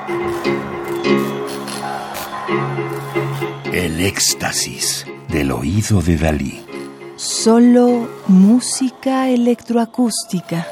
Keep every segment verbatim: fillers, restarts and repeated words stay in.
El éxtasis del oído de Dalí. Solo música electroacústica.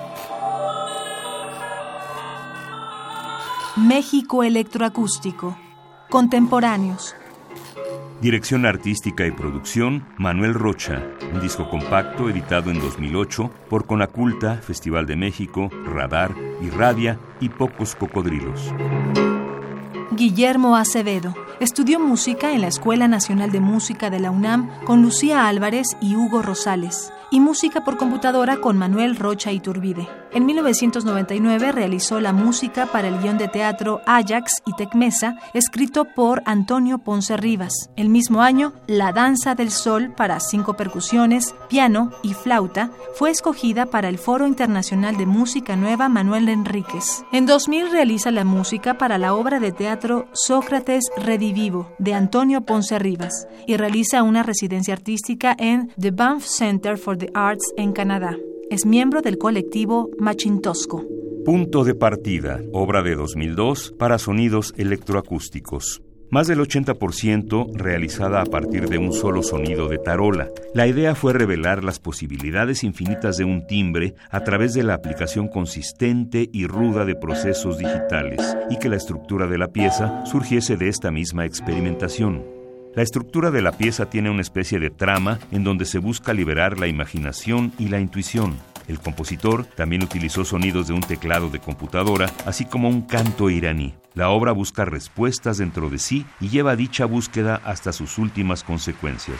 México electroacústico. Contemporáneos. Dirección artística y producción, Manuel Rocha. Un disco compacto editado en dos mil ocho por Conaculta, Festival de México, Radar, Irradia y Pocos Cocodrilos. Guillermo Acevedo. Estudió música en la Escuela Nacional de Música de la UNAM con Lucía Álvarez y Hugo Rosales, y música por computadora con Manuel Rocha Iturbide. En mil novecientos noventa y nueve realizó la música para el guión de teatro Ajax y Tecmesa, escrito por Antonio Ponce Rivas. El mismo año, La Danza del Sol para cinco percusiones, piano y flauta fue escogida para el Foro Internacional de Música Nueva Manuel Enríquez. En dos mil realiza la música para la obra de teatro Sócrates Redivivo de Antonio Ponce Rivas y realiza una residencia artística en The Banff Center for the Arts en Canadá. Es miembro del colectivo Machintosco. Punto de partida, obra de dos mil dos para sonidos electroacústicos. Más del ochenta por ciento realizada a partir de un solo sonido de tarola. La idea fue revelar las posibilidades infinitas de un timbre a través de la aplicación consistente y ruda de procesos digitales y que la estructura de la pieza surgiese de esta misma experimentación. La estructura de la pieza tiene una especie de trama en donde se busca liberar la imaginación y la intuición. El compositor también utilizó sonidos de un teclado de computadora, así como un canto iraní. La obra busca respuestas dentro de sí y lleva dicha búsqueda hasta sus últimas consecuencias.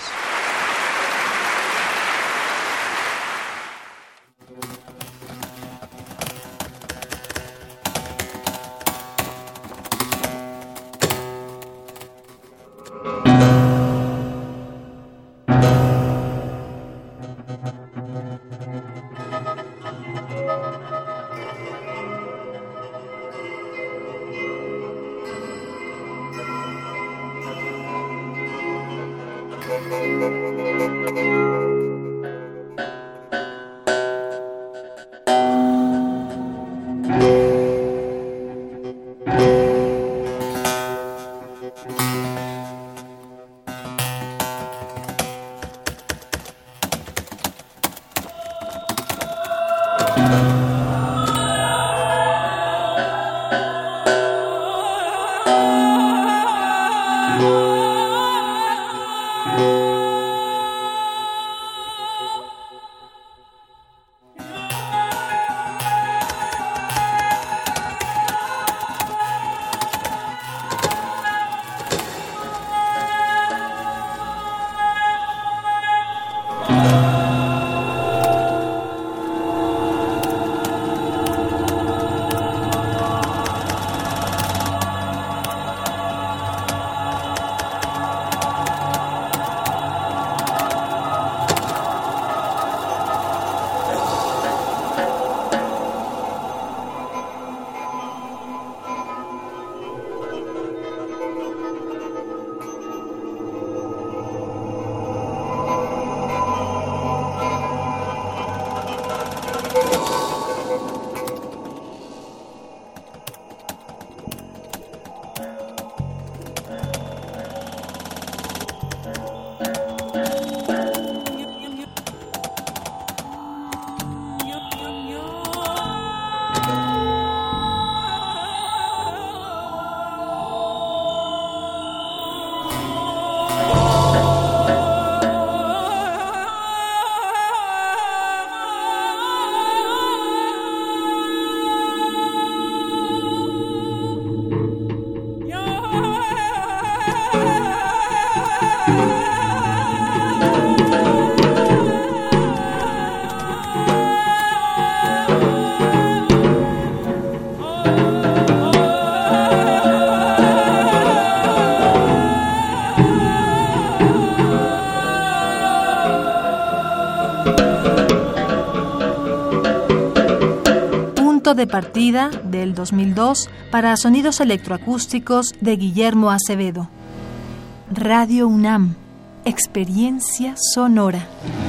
De partida del dos mil dos para sonidos electroacústicos de Guillermo Acevedo. Radio UNAM, experiencia sonora.